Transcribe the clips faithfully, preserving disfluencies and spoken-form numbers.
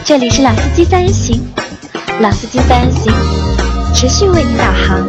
这里是老司机三人行，老司机三人行持续为你导航。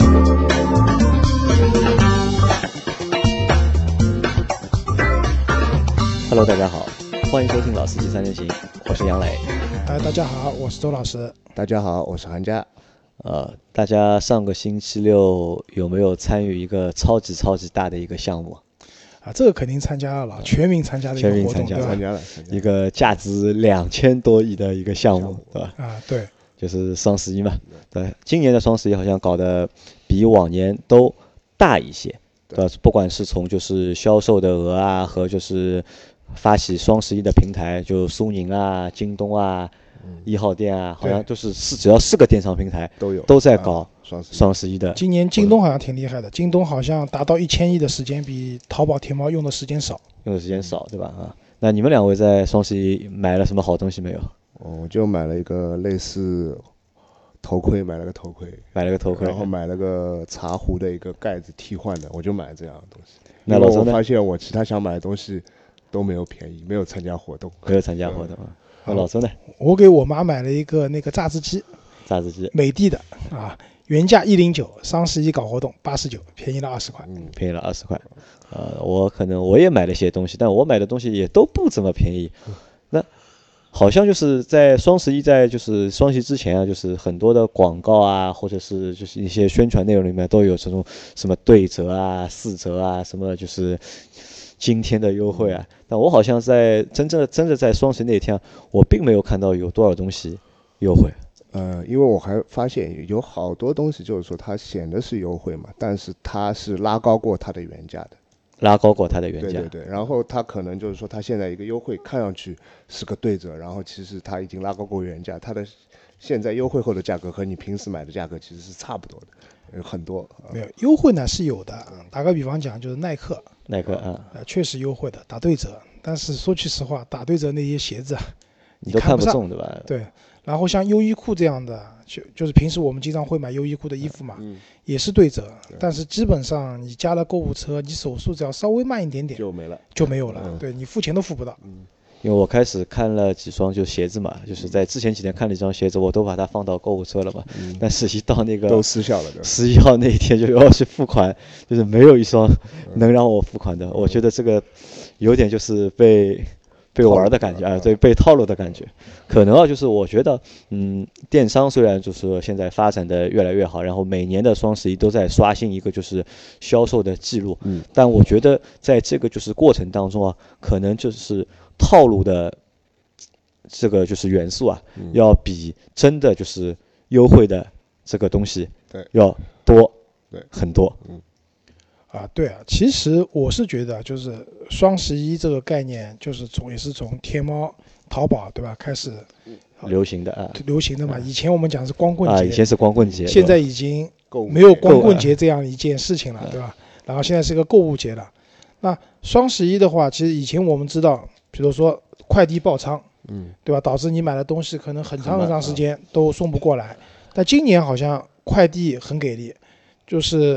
Hello， 大家好，欢迎收听老司机三人行，我是杨磊。 哎，大家好，我是周老师。 大家好，我是韩佳。 呃，大家上个星期六有没有参与一个超级超级大的一个项目？ 啊，这个肯定参加了，全民参加的一个活动， 全民参加， 参加了， 一个价值两千多亿的一个项目，对吧？ 啊，对， 就是双十一嘛。对，今年的双十一好像搞得比往年都大一些，对吧？不管是从就是销售的额啊，和就是发起双十一的平台，就苏宁啊、京东啊、一号店啊，好像都是是只要四个电商平台都有都在搞双十一双十一的。 今年京东好像挺厉害的，京东好像达到一千亿的时间比淘宝、天猫用的时间少， 用的时间少，对吧？啊，那你们两位在双十一买了什么好东西没有？ 我就买了一个类似头盔，买了个头盔， 买了个头盔， 然后买了个茶壶的一个盖子替换的，我就买了这样的东西。 那老周呢？ 我发现我其他想买的东西都没有便宜，没有参加活动， 没有参加活动啊。那老周呢？ 我给我妈买了一个那个榨汁机， 榨汁机， 美的的啊，原价一零九，双十一搞活动八十九，便宜了二十块， 嗯，便宜了二十块。呃，我可能我也买了些东西，但我买的东西也都不怎么便宜。那好像就是在双十一，在就是双十一之前啊，就是很多的广告啊，或者是就是一些宣传内容里面都有这种什么对折啊、四折啊，什么就是今天的优惠啊。但我好像在真正真的在双十一那天，我并没有看到有多少东西优惠。 呃，因为我还发现有好多东西，就是说它显得是优惠嘛，但是它是拉高过它的原价的。 拉高过它的原价， 对对对，然后它可能就是说，它现在一个优惠看上去是个对折，然后其实它已经拉高过原价，它的现在优惠后的价格和你平时买的价格其实是差不多的，有很多。 没有优惠呢是有的，打个比方讲，就是耐克， 耐克啊， 呃，确实优惠的，打对折，但是说句实话，打对折那些鞋子啊， 你都看不中，对吧？ 对。然后像优衣库这样的，就就是平时我们经常会买优衣库的衣服嘛， 嗯、 也是对折，但是基本上你加了购物车，你手速只要稍微慢一点点就没了， 就没有了。 嗯、 对你付钱都付不到。 嗯，因为我开始看了几双就鞋子嘛，就是在之前几天看了几双鞋子，我都把它放到购物车了嘛。嗯、但是一到那个都失效了， 十一号那一天就要去付款，就是没有一双能让我付款的。嗯、我觉得这个有点就是被。被玩的感觉啊，对，被套路的感觉，可能啊，就是我觉得，嗯，电商虽然就是现在发展的越来越好，然后每年的双十一都在刷新一个就是销售的记录，嗯，但我觉得在这个就是过程当中啊，可能就是套路的这个就是元素啊，嗯、要比真的就是优惠的这个东西要多， 对， 很多， 嗯。 啊，对啊，其实我是觉得，就是双十一这个概念，就是从也是从天猫、淘宝，对吧，开始流行的啊， 流行的嘛。以前我们讲是光棍节， 啊，以前是光棍节， 现在已经没有光棍节这样一件事情了，对吧？然后现在是个购物节了。那双十一的话，其实以前我们知道，比如说快递爆仓，嗯，对吧？导致你买的东西可能很长很长时间都送不过来。但今年好像快递很给力，就是。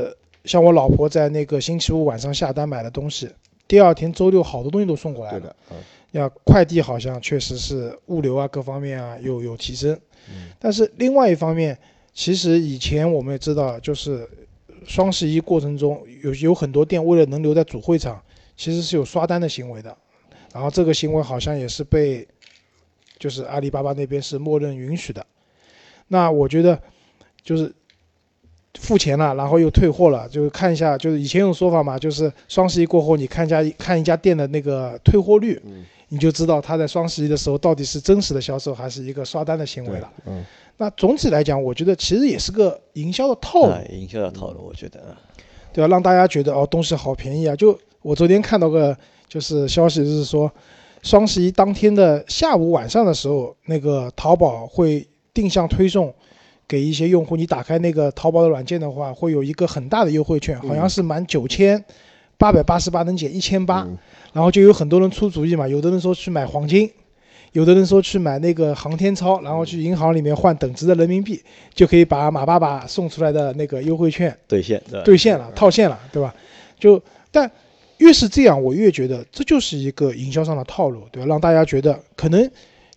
像我老婆在那个星期五晚上下单买的东西，第二天周六好多东西都送过来了。 对的，嗯， 呀，快递好像确实是物流啊各方面啊有有提升，嗯，但是另外一方面，其实以前我们也知道，就是双十一过程中有有很多店为了能留在主会场，其实是有刷单的行为的，然后这个行为好像也是被就是阿里巴巴那边是默认允许的。那我觉得就是。付钱了，然后又退货了，就是看一下，就是以前有说法嘛，就是双十一过后，你看一家看一家店的那个退货率，嗯、你就知道他在双十一的时候到底是真实的销售还是一个刷单的行为了。嗯，那总体来讲，我觉得其实也是个营销的套路， 啊、营销的套路，我觉得， 对吧、啊？让大家觉得哦，东西好便宜啊！就我昨天看到个就是消息，就是说双十一当天的下午晚上的时候，那个淘宝会定向推送。给一些用户，你打开那个淘宝的软件的话，会有一个很大的优惠券，好像是满九千八百八十八能减一千八，然后就有很多人出主意嘛，有的人说去买黄金，有的人说去买那个航天超，然后去银行里面换等值的人民币，就可以把马爸爸送出来的那个优惠券兑现， 兑现了，套现了，对吧？就但越是这样，我越觉得这就是一个营销上的套路，对吧？让大家觉得可能。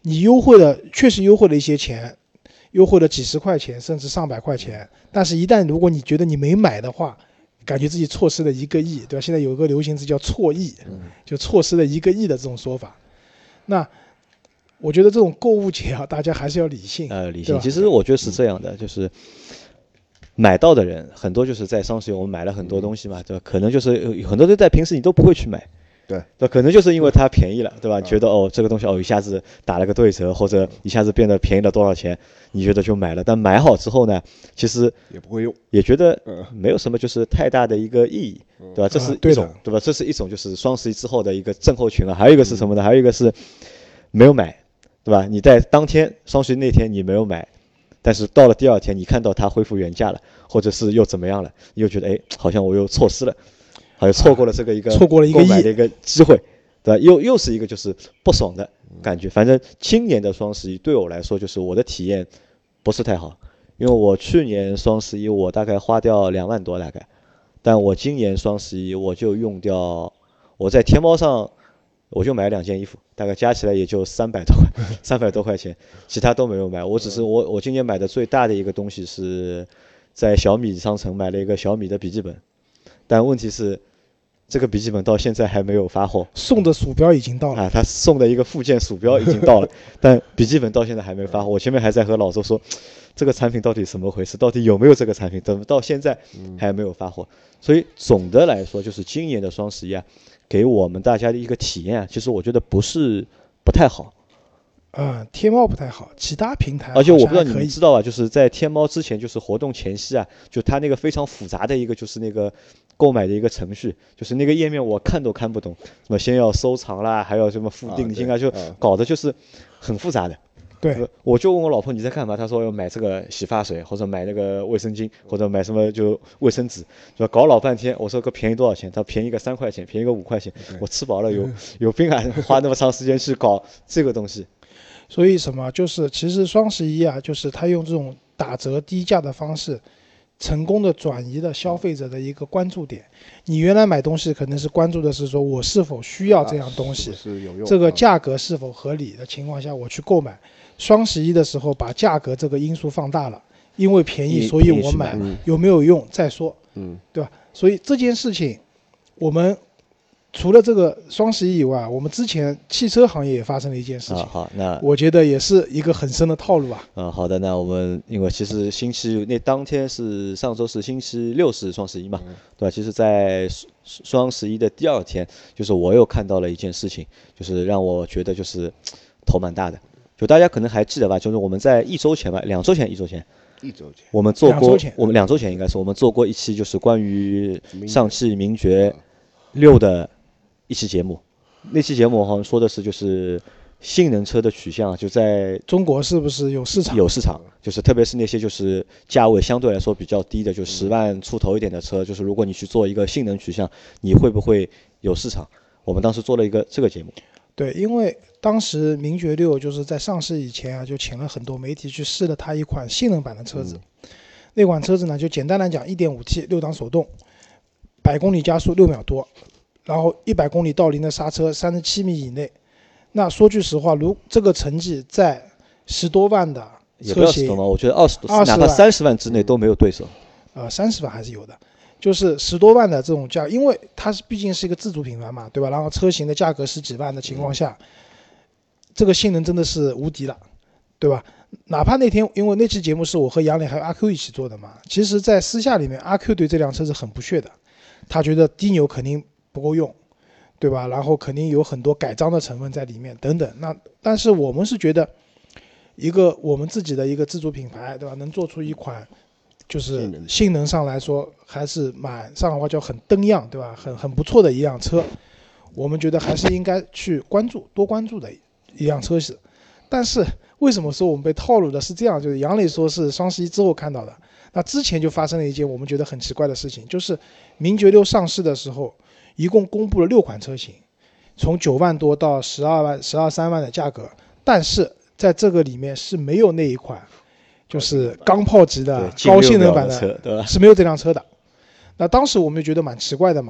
你优惠了，确实优惠了一些钱，优惠了几十块钱甚至上百块钱，但是一旦如果你觉得你没买的话，感觉自己错失了一个亿，对吧？现在有一个流行词叫错亿，就错失了一个亿的这种说法。那我觉得这种购物节啊，大家还是要理性。 呃，理性。其实我觉得是这样的，就是买到的人很多，就是在双十一我们买了很多东西嘛，对吧？可能就是很多都在平时你都不会去买。 对， 对，可能就是因为它便宜了，对吧？觉得哦，这个东西哦一下子打了个对折，或者一下子变得便宜了多少钱，你觉得就买了。但买好之后呢，其实也不会用， 也觉得没有什么就是太大的一个意义，对吧？这是一种， 啊、对, 对吧？这是一种就是双十一之后的一个症候群了。还有一个是什么呢？还有一个是没有买，对吧？你在当天双十一那天你没有买，但是到了第二天你看到它恢复原价了，或者是又怎么样了，你又觉得哎，好像我又错失了。好像错过了这个一个错过了一个购买的一个机会，对吧？又又是一个就是不爽的感觉。反正今年的双十一对我来说，就是我的体验不是太好，因为我去年双十一我大概花掉两万多大概，但我今年双十一我就用掉，我在天猫上我就买两件衣服，大概加起来也就三百多块，三百多块钱，其他都没有买。我只是我我今年买的最大的一个东西是在小米商城买了一个小米的笔记本，但问题是。这个笔记本到现在还没有发货， 送的鼠标已经到了啊，他送的一个附件鼠标已经到了，但笔记本到现在还没发货。我前面还在和老周说，这个产品到底怎么回事？到底有没有这个产品？等到现在还没有发货。所以总的来说，就是今年的双十一啊，给我们大家的一个体验啊，其实我觉得不是不太好。 啊、嗯，天猫不太好，其他平台而且我不知道你们知道吧，就是在天猫之前，就是活动前夕啊，就它那个非常复杂的一个就是那个购买的一个程序，就是那个页面我看都看不懂，什么先要收藏啦，还要什么付定金啊，啊就搞得就是很复杂的。 对， 我就问我老婆你在干嘛，她说要买这个洗发水，或者买那个卫生巾，或者买什么就卫生纸，就搞老半天。我说个便宜多少钱？她便宜个三块钱，便宜个五块钱，我吃饱了有有病啊，花那么长时间去搞这个东西。 所以什么就是其实双十一啊，就是他用这种打折低价的方式，成功的转移了消费者的一个关注点。你原来买东西可能是关注的是说我是否需要这样东西， 啊、是是有用这个价格是否合理的情况下我去购买。双十一的时候把价格这个因素放大了，因为便宜所以我买， 嗯、 有没有用再说， 嗯， 对吧？所以这件事情我们。除了这个双十一以外，我们之前汽车行业也发生了一件事情。 啊、好，那我觉得也是一个很深的套路啊。 嗯，好的，那我们因为其实星期那当天是上周是星期六是双十一嘛，嗯、对吧？其实，在双十一的第二天，就是我又看到了一件事情，就是让我觉得就是头蛮大的。就大家可能还记得吧，就是我们在一周前吧，两周前，一周前。 一周前。 我们做过，我们两周前应该是我们做过一期，就是关于上汽名爵六的。一期节目，那期节目好像说的是就是性能车的取向，就在中国是不是有市场？ 有市场，就是特别是那些就是价位相对来说比较低的，就十万出头一点的车，就是如果你去做一个性能取向，你会不会有市场？我们当时做了一个这个节目。 对，因为当时名爵六就是在上市以前啊，就请了很多媒体去试了它一款性能版的车子。嗯、那款车子呢，就简单来讲 一点五 T 六档手动，百公里加速六秒多。然后一百公里到零的刹车三十七米以内，那说句实话，如这个成绩在十多万的车型， 也不要我觉得二十多，哪怕三十万之内都没有对手。 呃，三十万还是有的，就是十多万的这种价，因为它是毕竟是一个自主品牌嘛，对吧？然后车型的价格十几万的情况下，嗯、这个性能真的是无敌了，对吧？哪怕那天因为那期节目是我和杨磊还有阿 Q 一起做的嘛，其实在私下里面，阿 Q 对这辆车是很不屑的，他觉得低扭肯定不够用，对吧？然后肯定有很多改装的成分在里面等等。那但是我们是觉得，一个我们自己的一个自主品牌，对吧？能做出一款，就是性能上来说还是蛮上海话叫很登样，对吧？很很不错的一辆车，我们觉得还是应该去关注多关注的一辆车子。但是为什么说我们被套路的是这样？就是杨磊说是双十一之后看到的，那之前就发生了一件我们觉得很奇怪的事情，就是名爵六上市的时候。一共公布了六款车型，从九万多到十二万、十二三万的价格，但是在这个里面是没有那一款，就是钢炮级的高性能版的，是没有这辆车的。那当时我们就觉得蛮奇怪的嘛，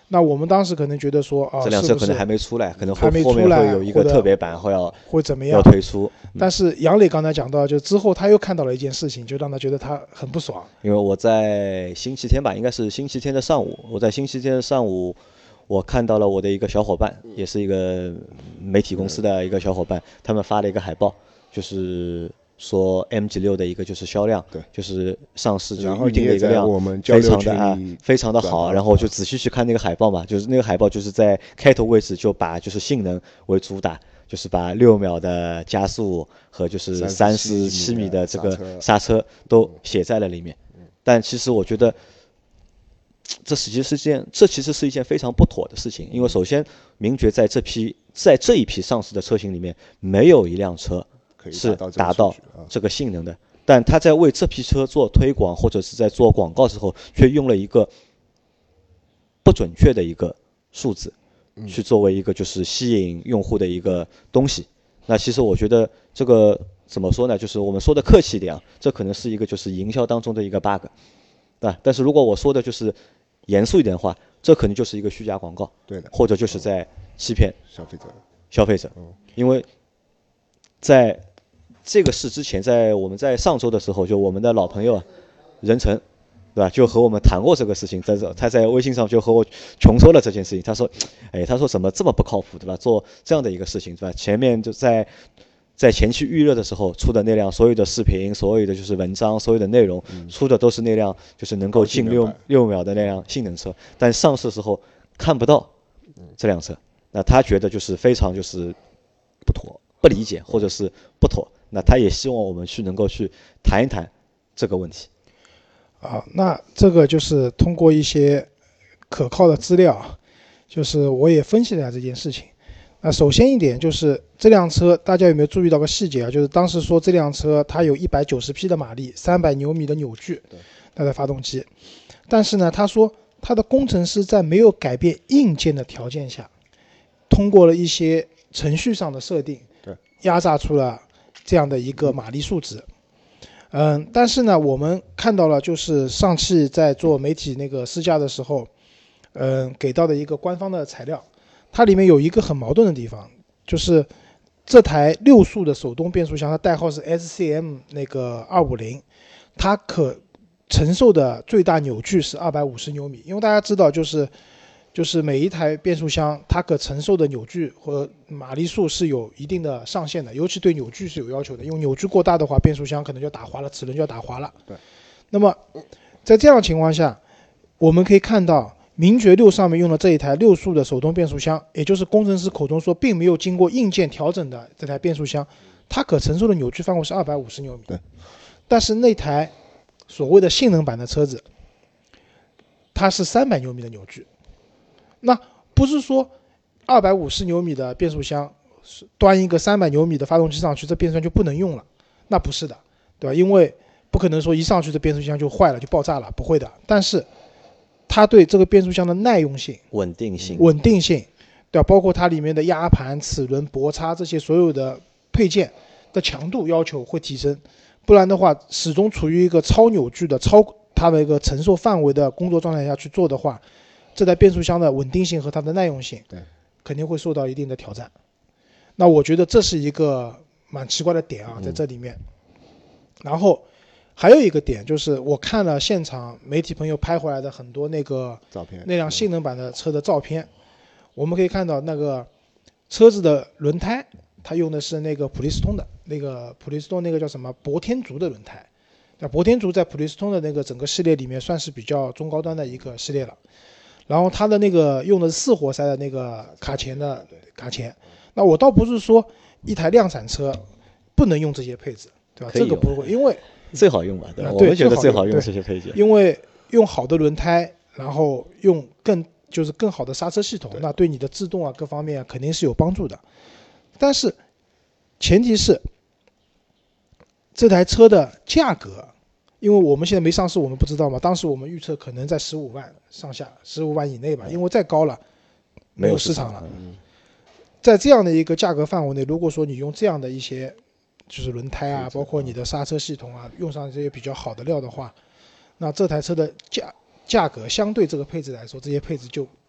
那我们当时可能觉得说啊， 这辆车可能还没出来，可能会还没后面出来会有一个特别版，会要会怎么样要推出。 但是杨磊刚才讲到，就之后他又看到了一件事情，就让他觉得他很不爽。 因为我在星期天吧，应该是星期天的上午，我在星期天的上午，我看到了我的一个小伙伴，也是一个媒体公司的一个小伙伴，他们发了一个海报，就是说 M G 六 的一个就是销量， 对， 就是上市就然后预定的一个量我们交非流群常的啊里非常的好，然后我就仔细去看那个海报嘛，就是那个海报就是在开头位置就把就是性能为主打，就是把六秒的加速和就是三十七米的这个刹车都写在了里面。但其实我觉得这实际是件这其实是一件非常不妥的事情，因为首先名爵在这批在这一批上市的车型里面没有一辆车是达到这个性能的，但他在为这批车做推广或者是在做广告之后，却用了一个不准确的一个数字，去作为一个就是吸引用户的一个东西。那其实我觉得这个怎么说呢？就是我们说的客气一点啊，这可能是一个就是营销当中的一个 bug， 对吧？但是如果我说的就是严肃一点的话，这可能就是一个虚假广告， 对的， 或者就是在欺骗消费者。 消费者，因为在这个事之前，在我们在上周的时候，就我们的老朋友啊，任晨，对吧？就和我们谈过这个事情，在这他在微信上就和我穷说了这件事情。他说，哎，他说怎么这么不靠谱，对吧？做这样的一个事情，对吧？前面就在在前期预热的时候出的那辆所有的视频、所有的就是文章、所有的内容，出的都是那辆就是能够进六六秒的那辆性能车，但上市的时候看不到这辆车，那他觉得就是非常就是不妥、不理解或者是不妥。那他也希望我们去能够去谈一谈这个问题。 啊，那这个就是通过一些可靠的资料，就是我也分析了一下这件事情。那首先一点就是这辆车，大家有没有注意到个细节啊？就是当时说这辆车它有一百九十匹的马力，三百牛米的扭矩，它的发动机。但是呢，他说他的工程师在没有改变硬件的条件下，通过了一些程序上的设定，压榨出了这样的一个马力数值。嗯，但是呢，我们看到了，就是上汽在做媒体那个试驾的时候，嗯，给到的一个官方的材料，它里面有一个很矛盾的地方，就是这台六速的手动变速箱，它代号是 S C M 那个二五零，它可承受的最大扭矩是二百五十牛米。因为大家知道，就是就是每一台变速箱它可承受的扭矩和马力数是有一定的上限的，尤其对扭矩是有要求的，因为扭矩过大的话，变速箱可能就打滑了，齿轮就要打滑了。 对。 那么在这样的情况下，我们可以看到名爵六上面用的这一台六速的手动变速箱，也就是工程师口中说并没有经过硬件调整的这台变速箱，它可承受的扭矩范围是二百五十牛米。 对。 但是那台所谓的性能版的车子，它是三百牛米的扭矩。那不是说二百五十牛米的变速箱端一个三百牛米的发动机上去，这变速箱就不能用了，那不是的，对吧？因为不可能说一上去这变速箱就坏了就爆炸了，不会的。但是它对这个变速箱的耐用性、 稳定性、 稳定性，对吧？包括它里面的压盘、齿轮、泊叉这些所有的配件的强度要求会提升，不然的话，始终处于一个超扭矩的、超它的一个承受范围的工作状态下去做的话，这台变速箱的稳定性和它的耐用性， 对， 肯定会受到一定的挑战。那我觉得这是一个蛮奇怪的点啊，在这里面。然后还有一个点就是，我看了现场媒体朋友拍回来的很多那个照片， 那辆性能版的车的照片，我们可以看到那个车子的轮胎，它用的是那个普利司通的那个普利司通那个叫什么博天竺的轮胎。那博天竺在普利司通的那个整个系列里面算是比较中高端的一个系列了。然后它的那个用的是四活塞的那个卡钳的卡钳，那我倒不是说一台量产车不能用这些配置，对吧？这个不会，因为最好用吧，对吧？ 啊、 我们觉得最好用这些配件， 因为用好的轮胎，然后用更就是更好的刹车系统，那对你的制动啊各方面、啊、肯定是有帮助的。但是前提是这台车的价格。因为我们现在没上市，我们不知道嘛。当时我们预测可能在十五万上下，十五万以内吧。因为再高了，没有市场了。在这样的一个价格范围内，如果说你用这样的一些就是轮胎啊，包括你的刹车系统啊，用上这些比较好的料的话，那这台车的价价格相对这个配置来说，这些配置就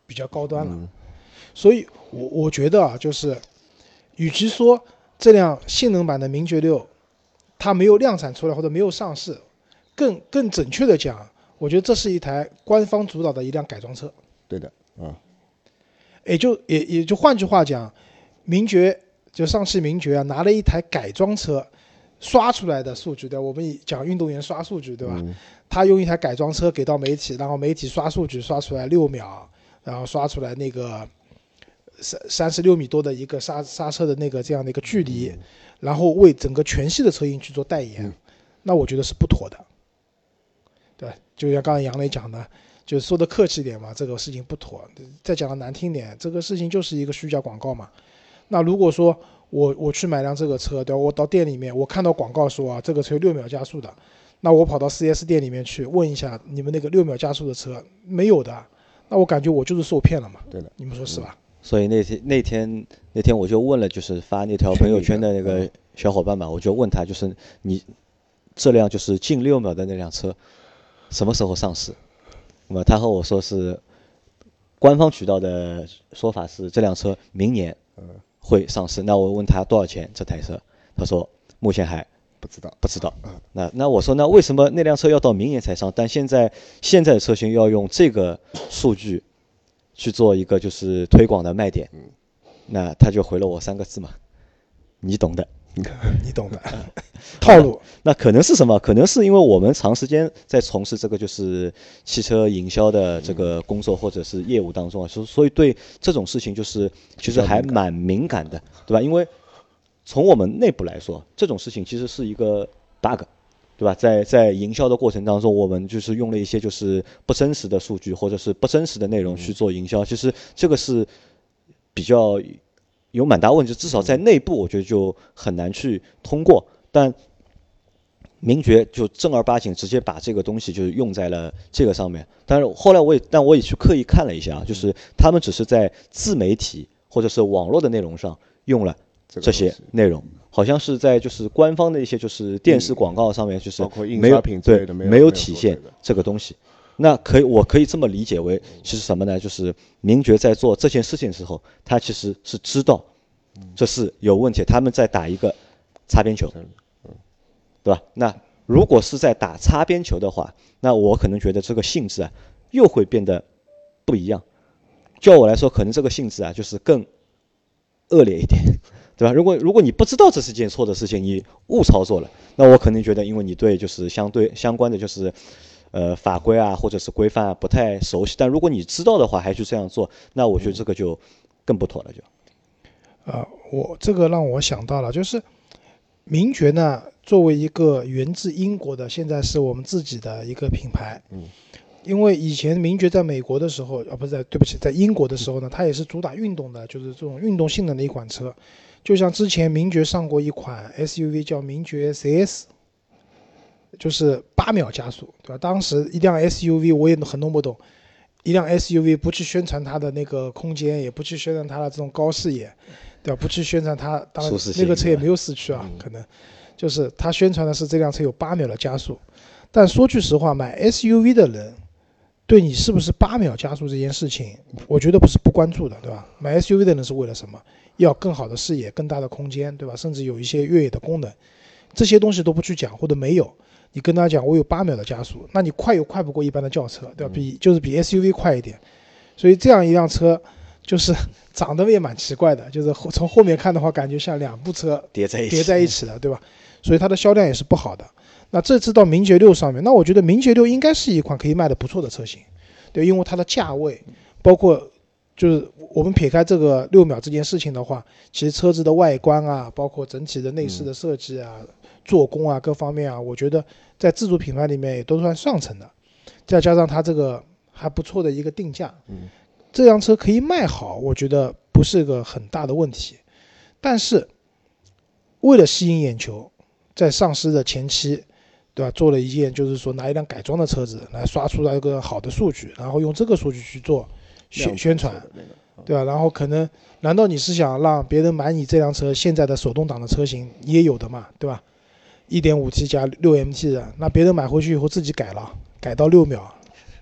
比较高端了。 嗯、 所以我我觉得啊，就是与其说这辆性能版的名爵六它没有量产出来或者没有上市，更更准确的讲，我觉得这是一台官方主导的一辆改装车。 对的，啊、嗯， 也就也也就换句话讲，名爵就上汽名爵啊，拿了一台改装车刷出来的数据，对吧？我们讲运动员刷数据，对吧？嗯、他用一台改装车给到媒体，然后媒体刷数据刷出来六秒，然后刷出来那个三三十六米多的一个刹刹车的那个这样的一个距离，嗯、然后为整个全系的车型去做代言，嗯、那我觉得是不妥的。对，就像刚才杨磊讲的，就说的客气点嘛，这个事情不妥。再讲的难听点，这个事情就是一个虚假广告嘛。那如果说我我去买辆这个车，对吧？我到店里面，我看到广告说啊，这个车有六秒加速的，那我跑到 四 S 店里面去问一下，你们那个六秒加速的车没有的，那我感觉我就是受骗了嘛。 对的， 你们说是吧？ 所以那天那天那天我就问了，就是发那条朋友圈的那个小伙伴嘛，我就问他，就是你这辆就是近六秒的那辆车什么时候上市？那么他和我说是官方渠道的说法是这辆车明年会上市。那我问他多少钱这台车，他说目前还不知道不知道。那那我说那为什么那辆车要到明年才上？但现在现在的车型要用这个数据去做一个就是推广的卖点，那他就回了我三个字嘛，你懂的。 你懂的套路。 那可能是什么？可能是因为我们长时间在从事这个就是汽车营销的这个工作或者是业务当中啊，所所以对这种事情就是其实还蛮敏感的，对吧？因为从我们内部来说，这种事情其实是一个 bug， 对吧？在在营销的过程当中，我们就是用了一些就是不真实的数据或者是不真实的内容去做营销，其实这个是比较有蛮大问题，至少在内部我觉得就很难去通过。但名爵就正儿八经直接把这个东西就是用在了这个上面。但是后来我也但我也去刻意看了一下，就是他们只是在自媒体或者是网络的内容上用了这些内容，好像是在就是官方的一些就是电视广告上面就是没有对没有体现这个东西。那可以，我可以这么理解为，其实什么呢？就是名爵在做这件事情的时候，他其实是知道这是有问题，他们在打一个擦边球，对吧？那如果是在打擦边球的话，那我可能觉得这个性质啊，又会变得不一样。就我来说，可能这个性质啊，就是更恶劣一点，对吧？如果如果你不知道这是件错的事情，你误操作了，那我可能觉得，因为你对就是相对相关的就是。呃，法规啊，或者是规范啊，不太熟悉。但如果你知道的话，还去这样做，那我觉得这个就更不妥了。就， 呃，我这个让我想到了，就是名爵呢，作为一个源自英国的，现在是我们自己的一个品牌。嗯。因为以前名爵在美国的时候，啊，不是在，对不起，在英国的时候呢，它也是主打运动的，就是这种运动性能的一款车。就像之前名爵上过一款 S U V 叫名爵 S S。就是八秒加速，对吧？当时一辆 S U V 我也很弄不懂，一辆 S U V 不去宣传它的那个空间，也不去宣传它的这种高视野，对吧？不去宣传它，当然那个车也没有四驱啊，可能就是它宣传的是这辆车有八秒的加速。但说句实话，买 S U V 的人对你是不是八秒加速这件事情，我觉得不是不关注的，对吧？买 S U V 的人是为了什么？要更好的视野、更大的空间，对吧？甚至有一些越野的功能，这些东西都不去讲或者没有。你跟他讲我有八秒的加速，那你快又快不过一般的轿车，对吧？比就是比 S U V 快一点，所以这样一辆车就是长得也蛮奇怪的，就是从后面看的话，感觉像两部车叠在一起叠在一起的，对吧？所以它的销量也是不好的。那这次到名爵六上面，那我觉得名爵六应该是一款可以卖的不错的车型，对，因为它的价位，包括就是我们撇开这个六秒这件事情的话，其实车子的外观啊，包括整体的内饰的设计啊。嗯做工啊，各方面啊，我觉得在自主品牌里面也都算上乘的，再加上它这个还不错的一个定价，嗯，这辆车可以卖好，我觉得不是个很大的问题。但是为了吸引眼球，在上市的前期，对吧，做了一件就是说拿一辆改装的车子来刷出来一个好的数据，然后用这个数据去做宣宣传，对吧？然后可能难道你是想让别人买你这辆车现在的手动挡的车型，你也有的嘛，对吧？一点五 T 加 六 M T 的，那别人买回去以后自己改了，改到六秒，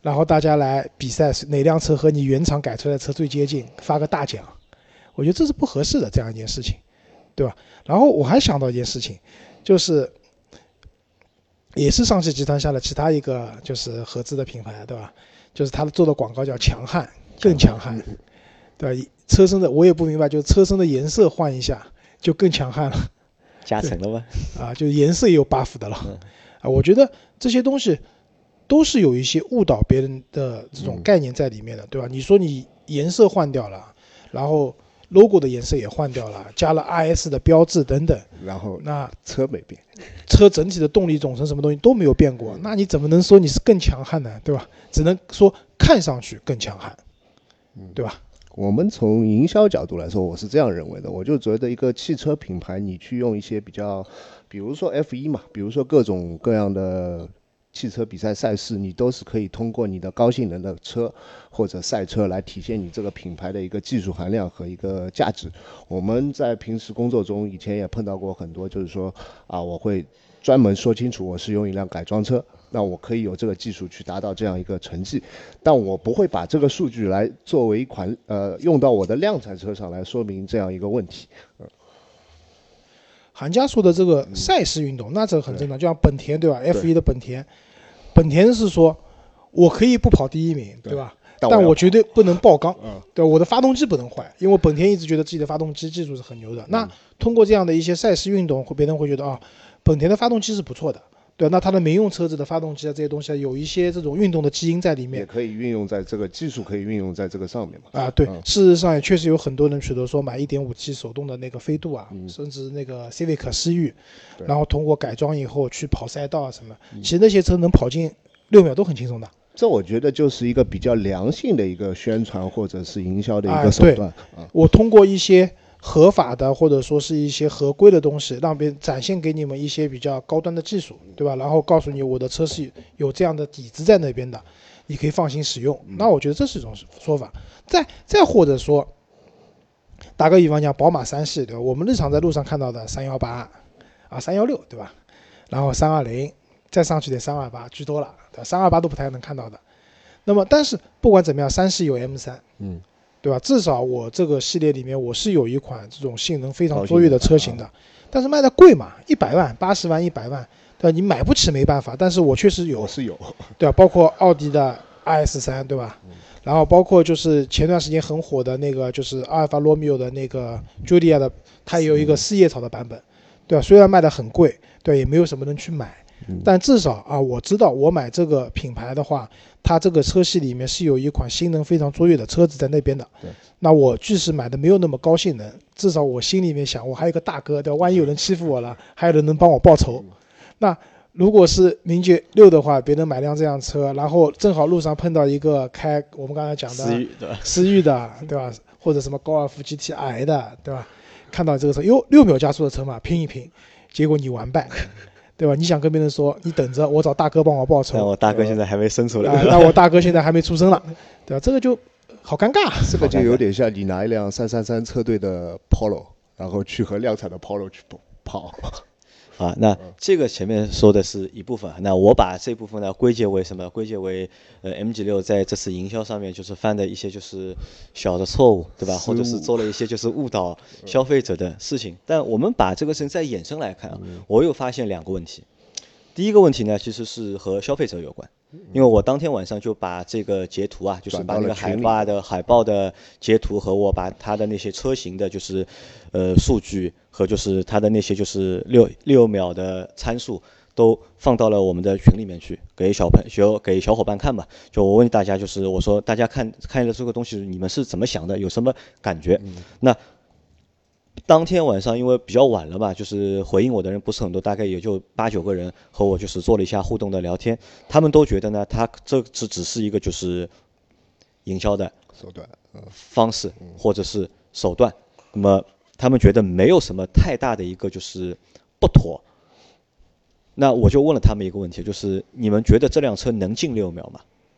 然后大家来比赛哪辆车和你原厂改出来的车最接近，发个大奖，我觉得这是不合适的这样一件事情，对吧？然后我还想到一件事情，就是也是上汽集团下的其他一个就是合资的品牌，对吧？就是他做的广告叫强悍，更强悍，对吧？车身的我也不明白，就是车身的颜色换一下就更强悍了， 加成了吗？ 啊，就颜色也有 buff 的了， 嗯、 啊，我觉得这些东西都是有一些误导别人的这种概念在里面的，对吧？你说你颜色换掉了，然后 logo 的颜色也换掉了，加了 R S 的标志等等， 然后那车没变， 车整体的动力总成什么东西都没有变过，那你怎么能说你是更强悍呢？对吧？只能说看上去更强悍，对吧？ 我们从营销角度来说，我是这样认为的，我就觉得一个汽车品牌，你去用一些比较，比如说 F 一 嘛，比如说各种各样的汽车比赛赛事，你都是可以通过你的高性能的车或者赛车来体现你这个品牌的一个技术含量和一个价值。我们在平时工作中以前也碰到过很多，就是说啊，我会专门说清楚我是用一辆改装车，那我可以有这个技术去达到这样一个成绩，但我不会把这个数据来作为一款呃用到我的量产车上来说明这样一个问题。嗯， 韩家说的这个赛事运动，嗯、那这个很正常，就像本田对吧 ？F 一 的本田，本田是说我可以不跑第一名，对, 对吧？但 我, 但我绝对不能爆缸，嗯、对吧？我的发动机不能坏，因为我本田一直觉得自己的发动机技术是很牛的。嗯、那通过这样的一些赛事运动，别人会觉得啊，本田的发动机是不错的。对，那它的民用车子的发动机啊，这些东西啊，有一些这种运动的基因在里面， 也可以运用在这个技术，可以运用在这个上面嘛。 啊，对，嗯、事实上也确实有很多人觉得说买 一点五 T 手动的那个飞度啊，嗯、甚至那个 Civic 思域，然后通过改装以后去跑赛道啊什么，嗯、其实那些车能跑进六秒都很轻松的。 这我觉得就是一个比较良性的一个宣传或者是营销的一个手段。 啊对啊、我通过一些合法的或者说是一些合规的东西，让别人展现给你们一些比较高端的技术，对吧？然后告诉你我的车是有这样的底子在那边的，你可以放心使用。那我觉得这是一种说法。再再或者说，打个比方讲，宝马三系，对吧？我们日常在路上看到的三一八啊、三一六，对吧？然后三二零，再上去的三二八居多了，对吧？三二八都不太能看到的。那么，但是不管怎么样，三系有 M 三，嗯。对吧？至少我这个系列里面，我是有一款这种性能非常卓越的车型的，但是卖的贵嘛，一百万、八十万、一百万，对吧？你买不起没办法，但是我确实有， 我是有， 对吧？包括奥迪的 R S 三，对吧？然后包括就是前段时间很火的那个，就是阿尔法罗密欧的那个 Giulia 的，它也有一个四叶草的版本，对吧？虽然卖的很贵，对，也没有什么人去买，但至少啊，我知道我买这个品牌的话，它这个车系里面是有一款性能非常卓越的车子在那边的。 对， 那我即使买的没有那么高性能，至少我心里面想，我还有个大哥，对吧？万一有人欺负我了，还有人能帮我报仇。那如果是名爵六的话，别人买辆这辆车，然后正好路上碰到一个开我们刚才讲的思域的， 思域的，对吧？或者什么高尔夫 G T I 的，对吧？看到这个车，哟，六秒加速的车嘛，拼一拼，结果你完败。对吧？你想跟别人说，你等着，我找大哥帮我报仇。 但我大哥现在还没生出来。 啊，那我大哥现在还没出生了，对吧？这个就好尴尬。 这个就有点像你拿一辆三三三车队的 Polo， 然后去和量产的 Polo 去跑。 啊，那这个前面说的是一部分，那我把这部分呢归结为什么？归结为呃 M G 六在这次营销上面就是犯的一些就是小的错误，对吧？或者是做了一些就是误导消费者的事情。但我们把这个事情再衍生来看啊，我又发现两个问题。第一个问题呢，其实是和消费者有关，因为我当天晚上就把这个截图啊，就是把那个海报的海报的截图和我把它的那些车型的，就是呃数据和就是它的那些就是六六秒的参数都放到了我们的群里面去，给小朋友给小伙伴看吧。就我问大家，就是我说大家看看了这个东西，你们是怎么想的？有什么感觉？嗯、那当天晚上因为比较晚了嘛，就是回应我的人不是很多，大概也就八九个人和我就是做了一下互动的聊天，他们都觉得呢，他这只只是一个就是营销的手段方式或者是手段，那么他们觉得没有什么太大的一个就是不妥。那我就问了他们一个问题，就是你们觉得这辆车能进六秒吗？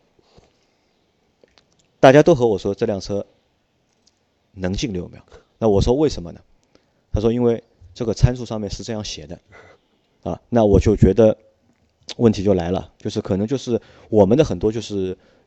大家都和我说这辆车能进六秒。那我说为什么呢？他说因为这个参数上面是这样写的啊。那我就觉得问题就来了，就是可能就是我们的很多就是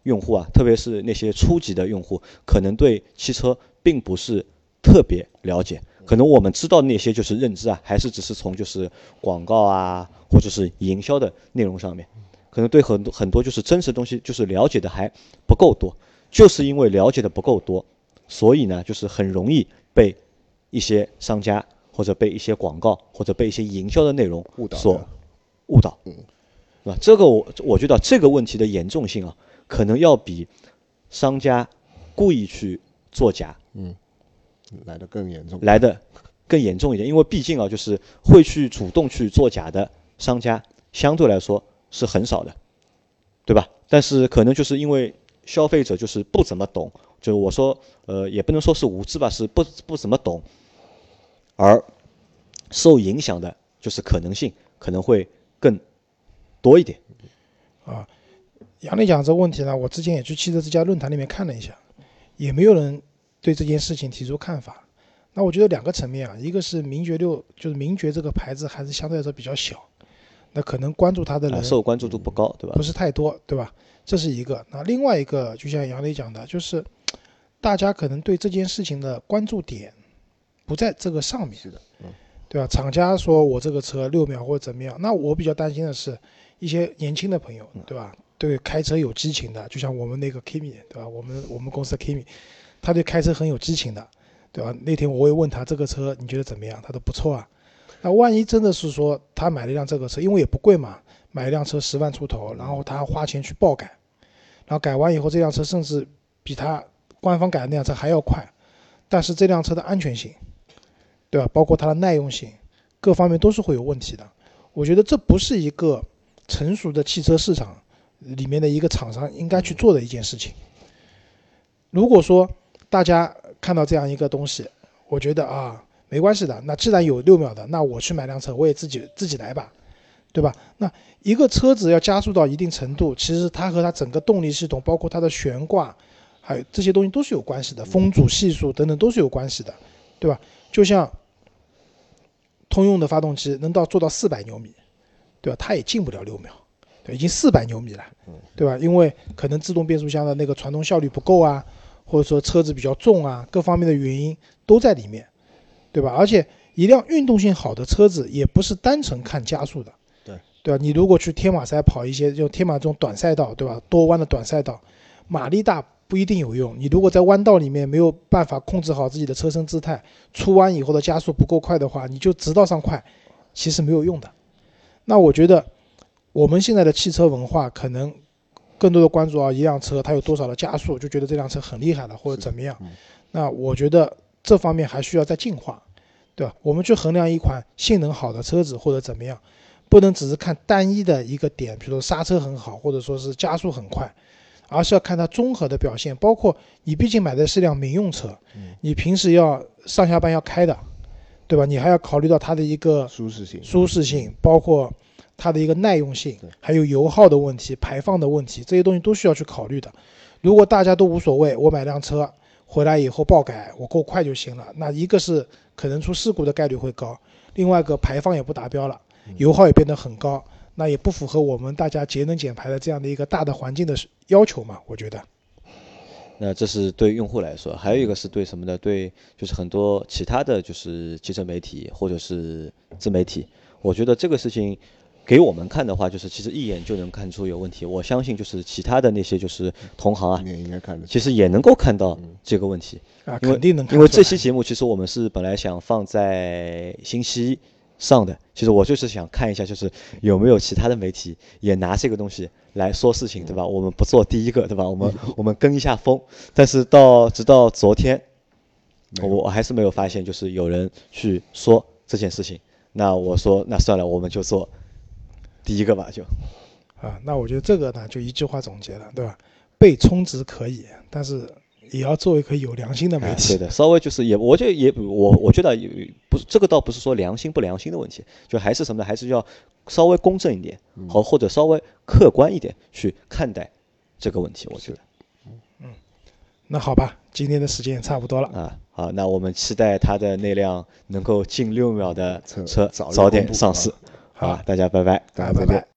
用户啊，特别是那些初级的用户，可能对汽车并不是特别了解，可能我们知道那些就是认知啊，还是只是从就是广告啊或者是营销的内容上面，可能对很多很多就是真实的东西就是了解的还不够多，就是因为了解的不够多，所以呢就是很容易被一些商家或者被一些广告或者被一些营销的内容所误导，嗯，是吧？这个我我觉得这个问题的严重性啊，可能要比商家故意去作假， 嗯，来的更严重， 来的更严重一点，因为毕竟啊，就是会去主动去作假的商家，相对来说是很少的，对吧？但是可能就是因为消费者就是不怎么懂，就我说呃，也不能说是无知吧，是不不怎么懂，而受影响的就是可能性可能会更多一点。 啊，杨磊讲这个问题呢，我之前也去汽车之家论坛里面看了一下，也没有人对这件事情提出看法。那我觉得两个层面啊，一个是名爵六，就是名爵这个牌子还是相对来说比较小，那可能关注它的人、 啊、受关注度不高，对吧？ 不是太多，对吧？这是一个。那另外一个，就像杨磊讲的，就是大家可能对这件事情的关注点不在这个上面， 是的，嗯， 对吧？厂家说我这个车六秒或者怎么样，那我比较担心的是一些年轻的朋友，对吧？对开车有激情的，就像我们那个 Kimi， 对吧？我们我们公司的 Kimi， 他对开车很有激情的，对吧？那天我也问他这个车你觉得怎么样，他说不错啊。那万一真的是说他买了一辆这个车，因为也不贵嘛，买一辆车十万出头，然后他花钱去爆改，然后改完以后这辆车甚至比他官方改的那辆车还要快，但是这辆车的安全性，对吧？包括它的耐用性，各方面都是会有问题的。我觉得这不是一个成熟的汽车市场里面的一个厂商应该去做的一件事情。如果说大家看到这样一个东西，我觉得啊没关系的，那既然有六秒的，那我去买辆车我也自己自己来吧，对吧？那一个车子要加速到一定程度，其实它和它整个动力系统，包括它的悬挂，还有这些东西都是有关系的，风阻系数等等都是有关系的，对吧？就像通用的发动机能到做到四百牛米，对吧？它也进不了六秒，对，已经四百牛米了，对吧？因为可能自动变速箱的那个传动效率不够啊，或者说车子比较重啊，各方面的原因都在里面，对吧？而且一辆运动性好的车子也不是单纯看加速的， 对对吧？你如果去天马赛跑一些就天马这种短赛道，对吧？多弯的短赛道，马力大不一定有用。你如果在弯道里面没有办法控制好自己的车身姿态，出弯以后的加速不够快的话，你就直道上快，其实没有用的。那我觉得我们现在的汽车文化可能更多的关注啊一辆车它有多少的加速，就觉得这辆车很厉害了或者怎么样。那我觉得这方面还需要再进化，对吧？我们去衡量一款性能好的车子或者怎么样，不能只是看单一的一个点，比如说刹车很好，或者说是加速很快，而是要看它综合的表现。包括你毕竟买的是辆民用车，你平时要上下班要开的，对吧？你还要考虑到它的一个舒适性， 舒适性，包括它的一个耐用性，还有油耗的问题、排放的问题，这些东西都需要去考虑的。如果大家都无所谓，我买辆车回来以后爆改，我够快就行了，那一个是可能出事故的概率会高，另外一个排放也不达标了，油耗也变得很高，那也不符合我们大家节能减排的这样的一个大的环境的要求嘛，我觉得。 那这是对用户来说，还有一个是对什么呢？对，就是很多其他的就是汽车媒体或者是自媒体，我觉得这个事情给我们看的话，就是其实一眼就能看出有问题。我相信就是其他的那些就是同行啊， 应该看得其实也能够看到这个问题啊， 因为肯定能看出来。 因为这期节目其实我们是本来想放在星期一上的，其实我就是想看一下，就是有没有其他的媒体也拿这个东西来说事情，对吧？我们不做第一个，对吧？我们我们跟一下风。但是到直到昨天，我我还是没有发现，就是有人去说这件事情。那我说，那算了，我们就做第一个吧，就。 啊，那我觉得这个呢，就一句话总结了，对吧？被充值可以，但是也要做一个有良心的媒体。 对的，稍微就是也，我觉得也，我我觉得也不是这个，倒不是说良心不良心的问题，就还是什么呢？还是要稍微公正一点，好，或者稍微客观一点去看待这个问题。我觉得， 嗯，那好吧，今天的时间也差不多了啊。好，那我们期待他的那辆能够近六秒的车早早点上市。好，大家拜拜， 大家拜拜。